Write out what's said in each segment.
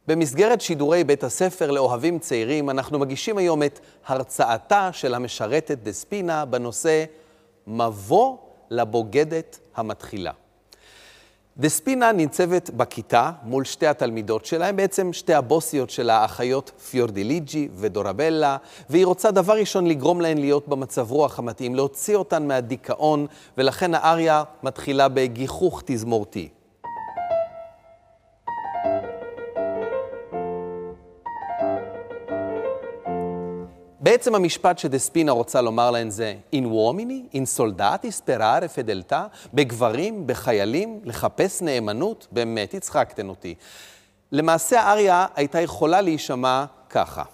במסגרת שידורי בית הספר לאוהבים צעירים, אנחנו מגישים היום את הרצאתה של המשרתת דספינה בנושא מבוא לבוגדת המתחילה. דספינה ניצבת בכיתה מול שתי התלמידות שלה, הם בעצם שתי הבוסיות של האחיות פיורדיליג'י ודורבלה, והיא רוצה דבר ראשון לגרום להן להיות במצב רוח המתאים, להוציא אותן מהדיכאון, ולכן האריה מתחילה בגיחוך תזמורתי. בעצם המשפט שדספינה רוצה לומר להן זה in uomini, in soldati sperare fedeltà, בגברים, בחיילים, לחפש נאמנות, באמת הצחקתן אותי. למעשה האריה הייתה יכולה להישמע ככה.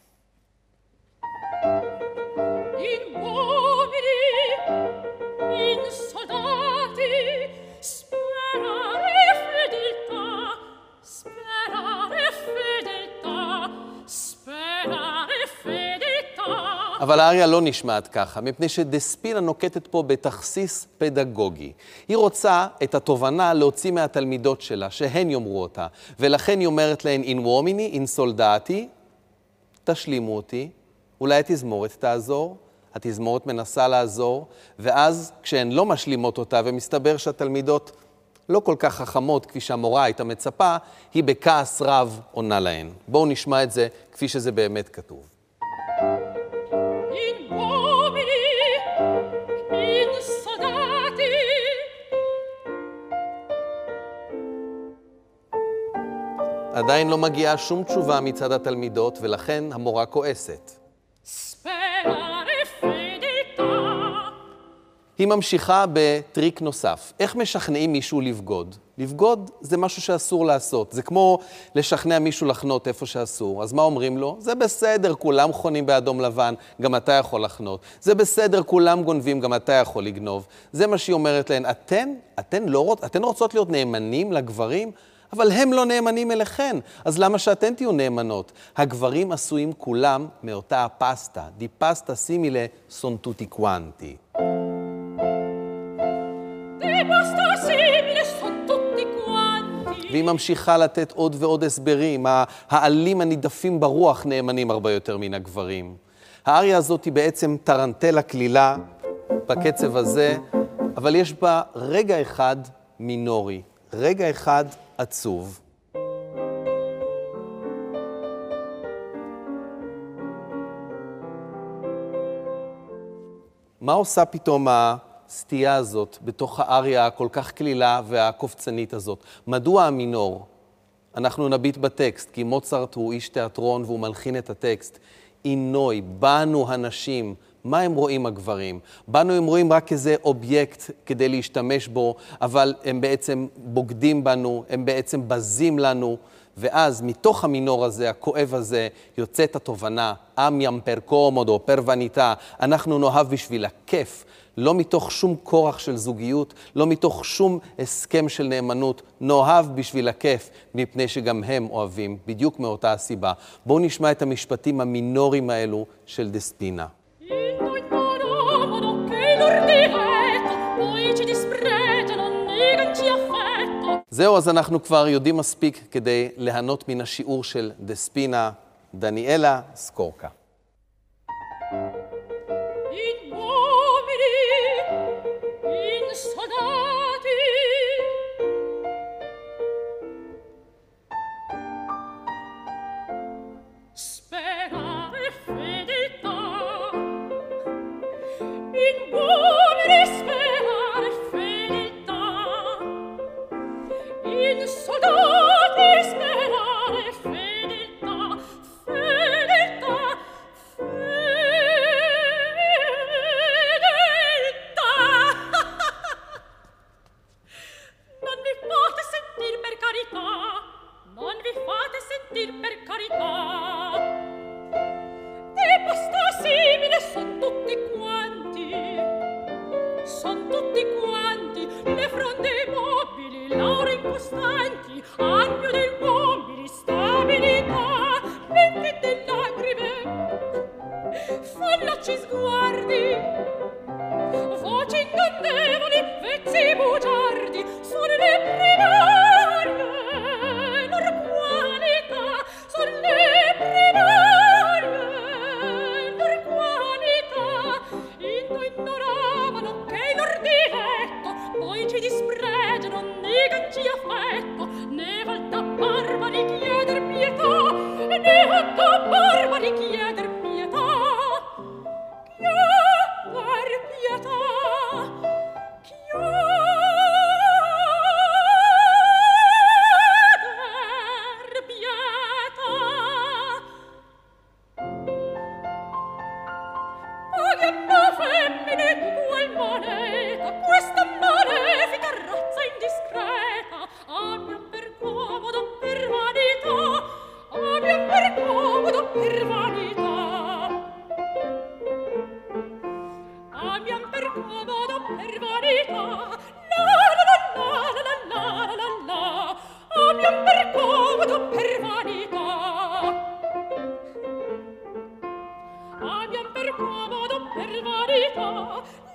אבל האריה לא נשמעת ככה, מפני שדספינה נוקטת פה בתכסיס פדגוגי. היא רוצה את התובנה להוציא מהתלמידות שלה, שהן יאמרו אותה, ולכן היא אומרת להן, in uomini, in soldati, תשלימו אותי, אולי התזמורת תעזור, התזמורת מנסה לעזור, ואז כשהן לא משלימות אותה, ומסתבר שהתלמידות לא כל כך חכמות כפי שהמורה הייתה מצפה, היא בכעס רב עונה להן. בואו נשמע את זה כפי שזה באמת כתוב. עדיין לא מגיעה שום תשובה מצד התלמידות, ולכן המורה כועסת. היא ממשיכה בטריק נוסף. איך משכנעים מישהו לבגוד? לבגוד זה משהו שאסור לעשות. זה כמו לשכנע מישהו לחנות איפה שאסור. אז מה אומרים לו? זה בסדר, כולם חונים באדום לבן, גם אתה יכול לחנות. זה בסדר, כולם גונבים, גם אתה יכול לגנוב. זה מה שהיא אומרת להן. אתן רוצות להיות נאמנים לגברים? אבל הם לא נאמנים אליכן, אז למה שאתן תהיו נאמנות? הגברים עשויים כולם מאותה הפסטה, די פסטה סימילה סון טוטי קוונטי. והיא ממשיכה לתת עוד ועוד הסברים, העלים הנידפים ברוח נאמנים הרבה יותר מן הגברים. האריה הזאת היא בעצם טרנטלה כלילה בקצב הזה, אבל יש בה רגע אחד מינורי, רגע אחד עצוב. מה עושה פתאום הסטייה הזאת בתוך האריה הכל כך כלילה והקופצנית הזאת? מדוע המינור? אנחנו נביט בטקסט, כי מוצרט הוא איש תיאטרון והוא מלחין את הטקסט. אינוי, בנו הנשים, מה הם רואים הגברים? בנו הם רואים רק איזה אובייקט כדי להשתמש בו, אבל הם בעצם בוגדים בנו, הם בעצם בזים לנו, ואז מתוך המינור הזה, הכואב הזה, יוצאת התובנה, אמיאם פר קומודו, פר וניטה, אנחנו נאהב בשביל הכיף, לא מתוך שום כורח של זוגיות, לא מתוך שום הסכם של נאמנות, נאהב בשביל הכיף, מפני שגם הם אוהבים, בדיוק מאותה הסיבה. בואו נשמע את המשפטים המינוריים האלו של דספינה. זהו, אז אנחנו כבר יודעים מספיק כדי ליהנות מן השיעור של דספינה. דניאלה סקורקה. comodo per vanità